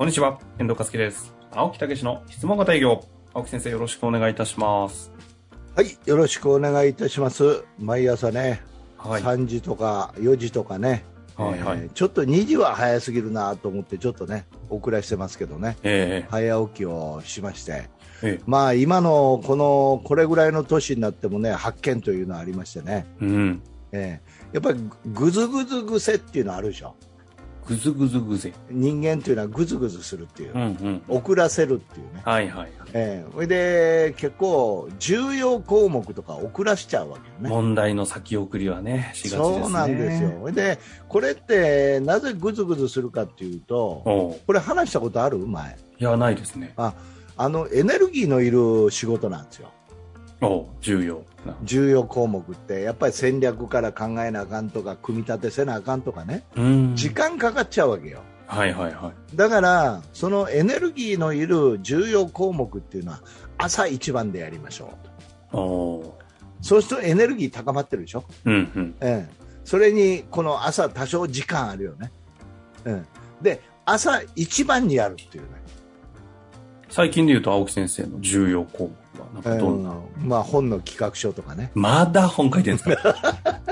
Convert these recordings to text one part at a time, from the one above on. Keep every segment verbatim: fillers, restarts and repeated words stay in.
こんにちは、遠藤和樹です。青木武の質問型営業。青木先生、よろしくお願いいたします。 はい、よろしくお願いいたします。毎朝ね、 はい、 さんじとかよじとかね、 はいはい、 えー、ちょっとにじは早すぎるなと思ってちょっとね遅らしてますけどね、 えー、 早起きをしまして、 えー、 まあ今のこのこれぐらいの年になってもね発見というのはありましてね、 うんえー、やっぱりぐずぐず癖っていうのはあるでしょ。 ぐずぐずぐぜ。 人間というのはぐずぐずするっていう、 うんうん、 遅らせるっていうね。 はいはい。 えー、それで結構重要項目とか遅らしちゃうわけよね。 問題の先送りはね、しがちですね。 そうなんですよ。それでこれってなぜぐずぐずするかっていうと、これ話したことある前？ いや、ないですね。 あ、あのエネルギーのいる仕事なんですよ。 お重要な重要項目ってやっぱり戦略から考えなあかんとか組み立てせなあかんとかね、 うん時間かかっちゃうわけよ。 はいはいはい。 だからそのエネルギーのいる重要項目っていうのは朝一番でやりましょうと。 おそうするとエネルギー高まってるでしょ、 うんうんええ、それにこの朝多少時間あるよね、うん、で朝一番にやるっていうね。 最近で言うと青木先生の重要項目はなんかどんな、 えーまあ、本の企画書とかね。 まだ本書いてるんですか？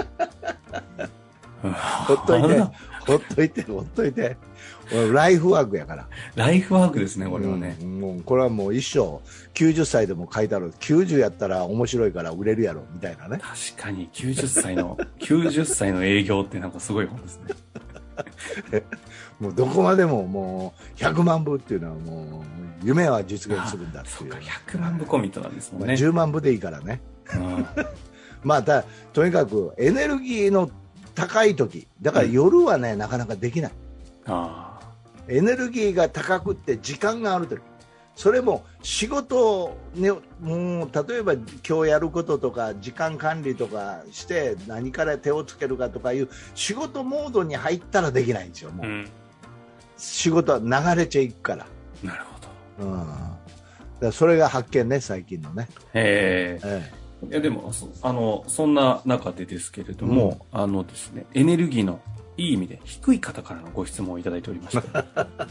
ほっといてほっといてほっといてライフワークやから。 ライフワークですね、これはね、 うん、もうこれはもう一生きゅうじゅっさいでも書いてある。きゅうじゅうやったら面白いから売れるやろみたいなね。 確かにきゅうじゅっさいのきゅうじゅっさいの営業ってなんかすごい本ですね。 もうどこまでももうひゃくまんぶっていうのはもう夢は実現するんだっていう。 そうか、ひゃくまんぶコミットなんですもんね。 まあ、じゅうまんぶでいいからね。 うん、 まあだとにかくエネルギーの高い時だから夜はね、うん、なかなかできない。 あエネルギーが高くって時間がある時、それも仕事ね、もう例えば今日やることとか時間管理とかして何から手をつけるかとかいう仕事モードに入ったらできないんですよ。もう、うん、仕事は流れちゃいくから。 なるほど、 うん、だからそれが発見ね、最近のね。 へえー、いやでもあのそんな中でですけれども、うん、あのですね、エネルギーのいい意味で低い方からのご質問をいただいておりました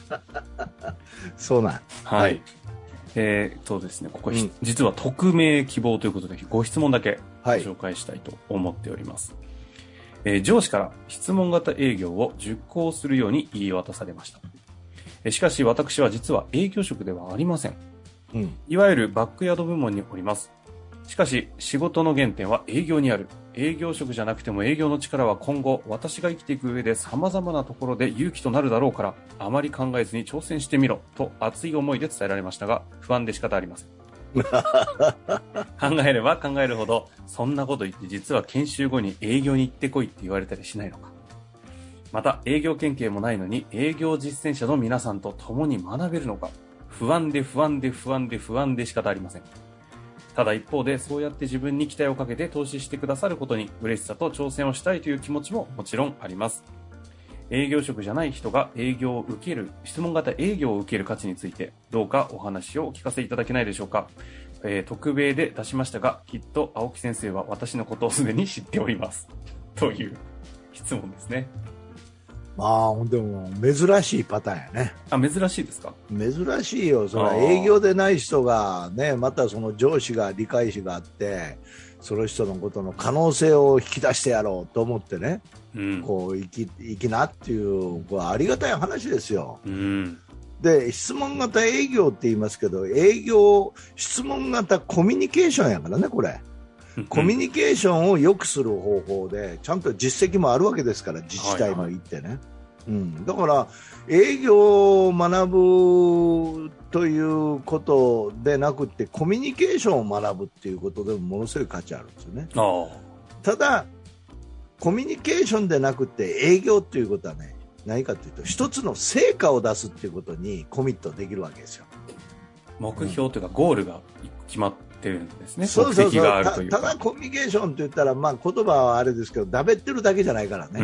そうなん、 はい、はい、えー、っとですね、ここ、うん、実は匿名希望ということでご質問だけご紹介したいと思っております、はい。えー、上司から質問型営業を受講するように言い渡されました。えー、しかし私は実は営業職ではありません、うん、いわゆるバックヤード部門におります。しかし仕事の原点は営業にある。営業職じゃなくても営業の力は今後私が生きていく上で様々なところで勇気となるだろうから、あまり考えずに挑戦してみろと熱い思いで伝えられましたが、不安で仕方ありません考えれば考えるほど、そんなこと言って実は研修後に営業に行ってこいって言われたりしないのか。また営業経験もないのに営業実践者の皆さんと共に学べるのか。不安で不安で不安で不安で仕方ありません。ただ一方でそうやって自分に期待をかけて投資してくださることに嬉しさと挑戦をしたいという気持ちももちろんあります。営業職じゃない人が営業を受ける、質問型営業を受ける価値についてどうかお話をお聞かせいただけないでしょうか。えー、匿名で出しましたが、きっと青木先生は私のことをすでに知っておりますという質問ですね。 まあでも珍しいパターンやね。 あ、珍しいですか？ 珍しいよ。それは営業でない人がね、またその上司が理解しがあってその人のことの可能性を引き出してやろうと思ってね、うん、こう生き、生きなっていうこれありがたい話ですよ、うん、で質問型営業って言いますけど、営業質問型コミュニケーションやからね。これコミュニケーションを良くする方法でちゃんと実績もあるわけですから、自治体も行ってね、はいはい、うん、だから営業を学ぶということでなくてコミュニケーションを学ぶっていうことでもものすごい価値あるんですよね。ただコミュニケーションでなくて営業ということはね、何かというと一つの成果を出すっていうことにコミットできるわけですよ。 目標というかゴールが決まってるんですね。 そうそうそう、 目的があるというか。 た, ただコミュニケーションと言ったら、まあ、言葉はあれですけどだべってるだけじゃないからね、うん、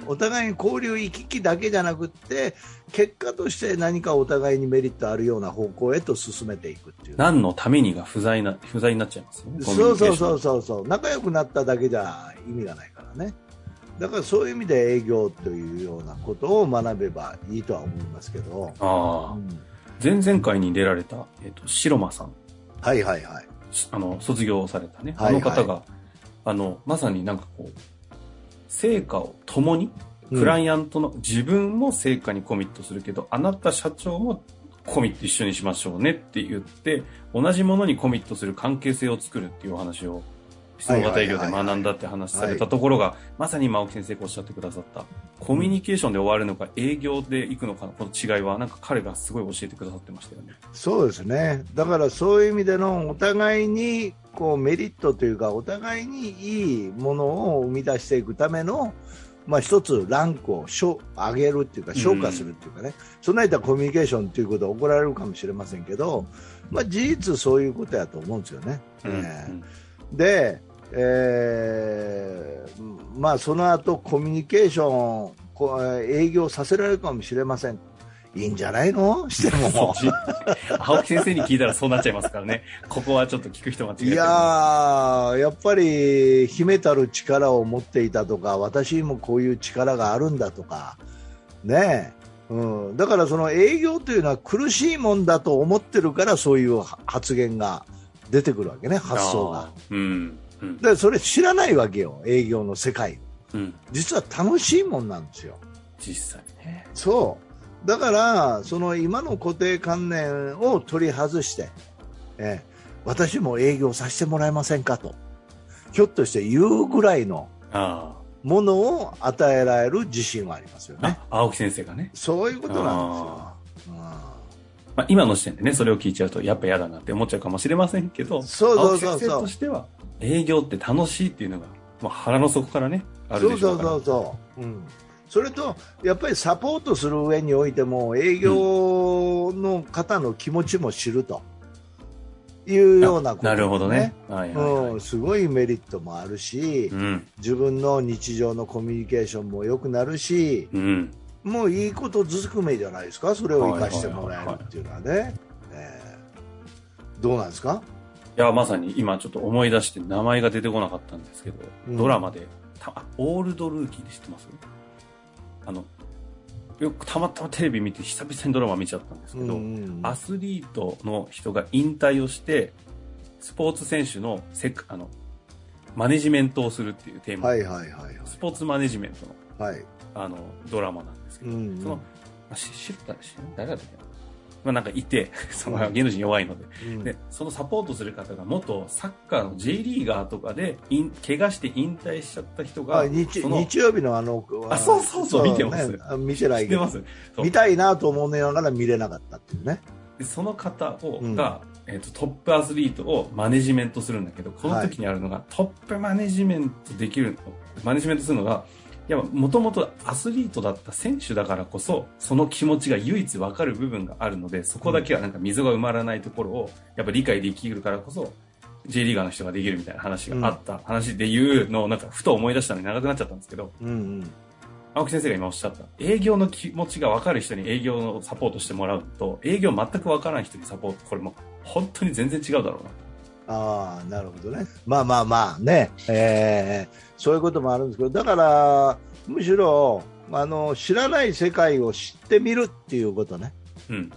お互いに交流行き来だけじゃなくって結果として何かお互いにメリットあるような方向へと進めていくっていう。 何のためにが不在な不在になっちゃいますよね。 そうそうそうそうそう、仲良くなっただけじゃ意味がないからね。 だからそういう意味で営業というようなことを学べばいいとは思いますけど。 ああ、うん、前々回に出られた、えーと、白間さん。 はいはいはい。 あの、卒業されたね。あの方が、はいはい、あの、まさになんかこう、成果を共に、クライアントの、うん、自分も成果にコミットするけど、あなた社長もコミット一緒にしましょうねって言って、同じものにコミットする関係性を作るっていうお話を、質問型営業で学んだって話されたところが、まさに今青木先生がおっしゃってくださった、コミュニケーションで終わるのか、営業で行くのかのこの違いは、なんか彼がすごい教えてくださってましたよね。 そうですね。だからそういう意味でのお互いにこうメリットというか、お互いにいいものを生み出していくための、まあ、一つランクを上げるっていうか昇華するっていうかね、うん、その間コミュニケーションということは怒られるかもしれませんけど、まあ、事実そういうことやと思うんですよね。うんえー、で、えーまあ、その後コミュニケーションこう営業させられるかもしれません。いいんじゃないのしても青木先生に聞いたらそうなっちゃいますからね。ここはちょっと聞く人間違えてる。 いやーやっぱり秘めたる力を持っていたとか、私にもこういう力があるんだとかねえ、うん、だからその営業というのは苦しいもんだと思ってるから、そういう発言が出てくるわけね、発想が。うんうん、だからそれ知らないわけよ、営業の世界、うん、実は楽しいもんなんですよ、 実際ね。 そうだからその今の固定観念を取り外して、えー、私も営業させてもらえませんかとひょっとして言うぐらいのものを与えられる自信はありますよね。 青木先生がね、 そういうことなんですよ。 まあ、今の時点でねそれを聞いちゃうとやっぱ嫌だなって思っちゃうかもしれませんけど、 そうそうそうそう、 青木先生としては営業って楽しいっていうのが、まあ、腹の底からねあるでしょうから。 そうそうそうそう、うん、それとやっぱりサポートする上においても営業の方の気持ちも知るというようなこと、ね、 なるほどね、はいはいはい、 うん、すごいメリットもあるし、うん、自分の日常のコミュニケーションも良くなるし、うん、もういいことずくめじゃないですか、それを生かしてもらえるっていうのはね、はいはいはいはい、えー、どうなんですか。 いやまさに今ちょっと思い出して名前が出てこなかったんですけど、うん、ドラマでたオールドルーキーで知ってます？あのよくたまたまテレビ見て久々にドラマ見ちゃったんですけど、うんうんうん、アスリートの人が引退をしてスポーツ選手のセクあのマネジメントをするっていうテーマ、はいはいはいはい、スポーツマネジメントの、はい、あのドラマなんですけど、うんうん、そのし知ったし誰だったっけな、まあ、なんかいてその芸能人弱いので、うん、でそのサポートする方が元サッカーの J リーガーとかで怪我して引退しちゃった人が、 日, 日曜日のあのあそうそうそう見てます、ね、 見てないけど見たいなと思うながら見れなかったっていうね。 でその方を、うん、が、えーと、トップアスリートをマネジメントするんだけど、この時にあるのが、はい、トップマネジメントできるマネジメントするのがもともとアスリートだった選手だからこそその気持ちが唯一分かる部分があるので、そこだけはなんか溝が埋まらないところをやっぱ理解できるからこそ J リーガーの人ができるみたいな話があった話でいうのをなんかふと思い出したのに長くなっちゃったんですけど、うんうん、青木先生が今おっしゃった営業の気持ちが分かる人に営業のサポートしてもらうと営業全く分からない人にサポート、これも本当に全然違うだろうな。 ああ、なるほどね。まあまあまあね、えー、そういうこともあるんですけど、だからむしろあの知らない世界を知ってみるっていうことね。うん。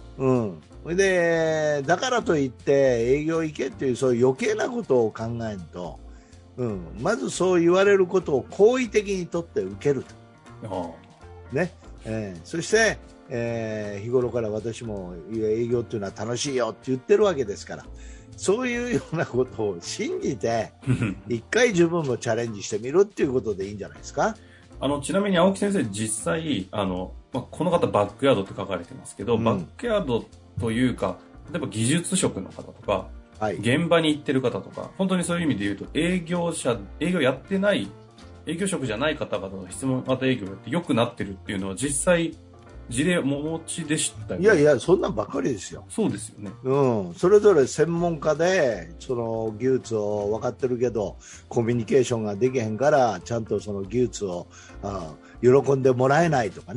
うん。でだからといって営業行けっていうそういう余計なことを考えると、うん、まずそう言われることを好意的にとって受けると。ね。えー、そして、えー、日頃から私も営業っていうのは楽しいよって言ってるわけですから。そういうようなことを信じて一回自分もチャレンジしてみるっていうことでいいんじゃないですか。 あのちなみに青木先生実際あの、まあ、この方バックヤードって書かれてますけど、うん、バックヤードというか例えば技術職の方とか、はい、現場に行ってる方とか本当にそういう意味で言うと営業者営業やってない営業職じゃない方々の質問型営業って良くなってるっていうのは実際事例お持ちでしたよね。 いやいやそんなんばっかりですよ。 そうですよね、 うん、それぞれ専門家でその技術を分かってるけどコミュニケーションができへんからちゃんとその技術をあ喜んでもらえないとかね、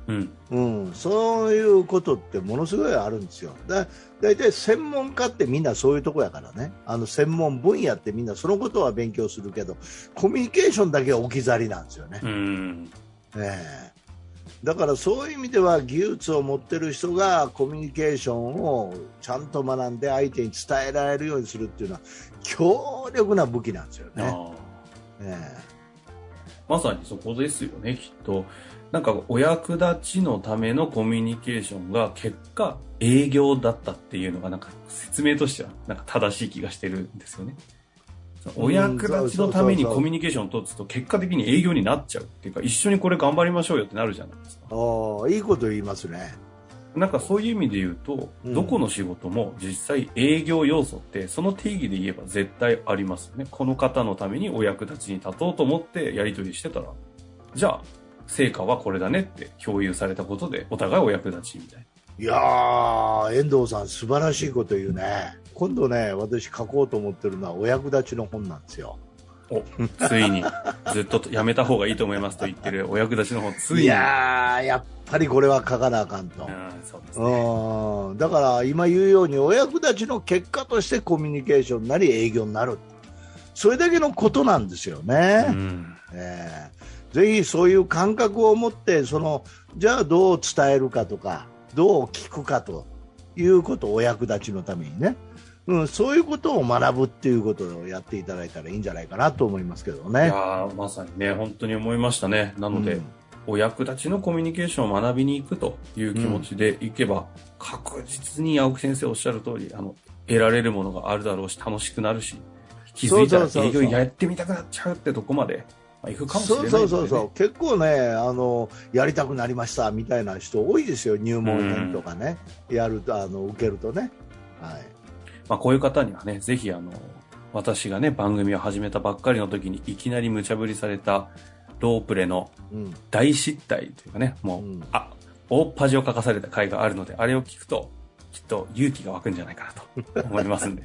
うんうん、そういうことってものすごいあるんですよ。だだいたい専門家ってみんなそういうとこやからね、あの専門分野ってみんなそのことは勉強するけど、コミュニケーションだけは置き去りなんですよね。うんえーだからそういう意味では技術を持っている人がコミュニケーションをちゃんと学んで相手に伝えられるようにするっていうのは強力な武器なんですよね。あ、 えー、まさにそこですよね、きっと。なんかお役立ちのためのコミュニケーションが結果営業だったっていうのがなんか説明としてはなんか正しい気がしてるんですよね。お役立ちのためにコミュニケーションを取ると結果的に営業になっちゃうっていうか、一緒にこれ頑張りましょうよってなるじゃないですか。 ああ、いいこと言いますね。 なんかそういう意味で言うと、うん、どこの仕事も実際営業要素ってその定義で言えば絶対ありますよね。この方のためにお役立ちに立とうと思ってやり取りしてたら、じゃあ成果はこれだねって共有されたことでお互いお役立ちみたいな。 いやー、遠藤さん素晴らしいこと言うね。今度ね、私書こうと思ってるのはお役立ちの本なんですよ。 お、ついにずっとやめた方がいいと思いますと言ってるお役立ちの本、ついに。 いやー、やっぱりこれは書かなあかんと。 うん、そうですね。 うん、だから今言うようにお役立ちの結果としてコミュニケーションなり営業になる、それだけのことなんですよね。うん、えー、ぜひそういう感覚を持って、そのじゃあどう伝えるかとかどう聞くかということをお役立ちのためにね、うん、そういうことを学ぶっていうことをやっていただいたらいいんじゃないかなと思いますけどね。 いやまさにね、本当に思いましたね。なので、うん、お役立ちのコミュニケーションを学びに行くという気持ちでいけば、うん、確実に青木先生おっしゃる通り、あの得られるものがあるだろうし、楽しくなるし、気づいたら営業やってみたくなっちゃうってとこまで行くかもしれないですね。 そうそうそうそう、結構ね、あのやりたくなりましたみたいな人多いですよ。入門編とかね、うん、やると、あの受けるとね、はい。 まあ、こういう方にはね、ぜひあの私がね番組を始めたばっかりの時にいきなり無茶ぶりされたロープレの大失態というかね、もう、うん、あ大っ恥をかかされた回があるので、あれを聞くときっと勇気が湧くんじゃないかなと思いますんで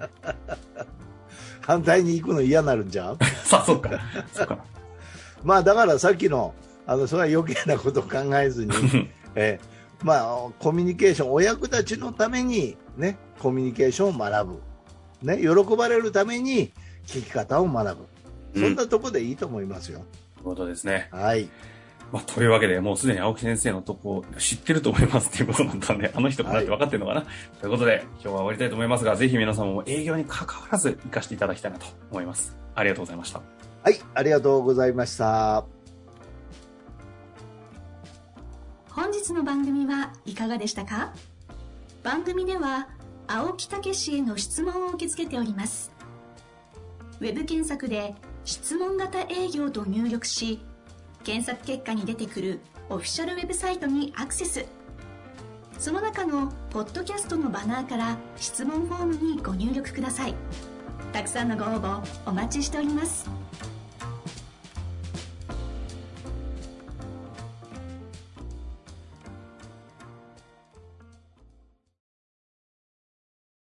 反対に行くの嫌になるんじゃんさあ、そっかそっかまあだからさっきのあのそれは余計なことを考えずにえまあコミュニケーション、お役立ちのためにね、コミュニケーションを学ぶ、ね、喜ばれるために聞き方を学ぶ、そんなとこでいいと思いますよ。 ということですね。 はい。 まあ、というわけで、もうすでに青木先生のとこ知ってると思いますっていうことだったんで、あの人かなって分かってるのかな、はい、ということで今日は終わりたいと思いますが、ぜひ皆さんも営業に関わらず活かしていただきたいなと思います。ありがとうございました。 はい、ありがとうございました。 本日の番組はいかがでしたか？番組では青木武氏への質問を受け付けております。ウェブ検索で質問型営業と入力し、検索結果に出てくるオフィシャルウェブサイトにアクセス。その中のポッドキャストのバナーから質問フォームにご入力ください。たくさんのご応募お待ちしております。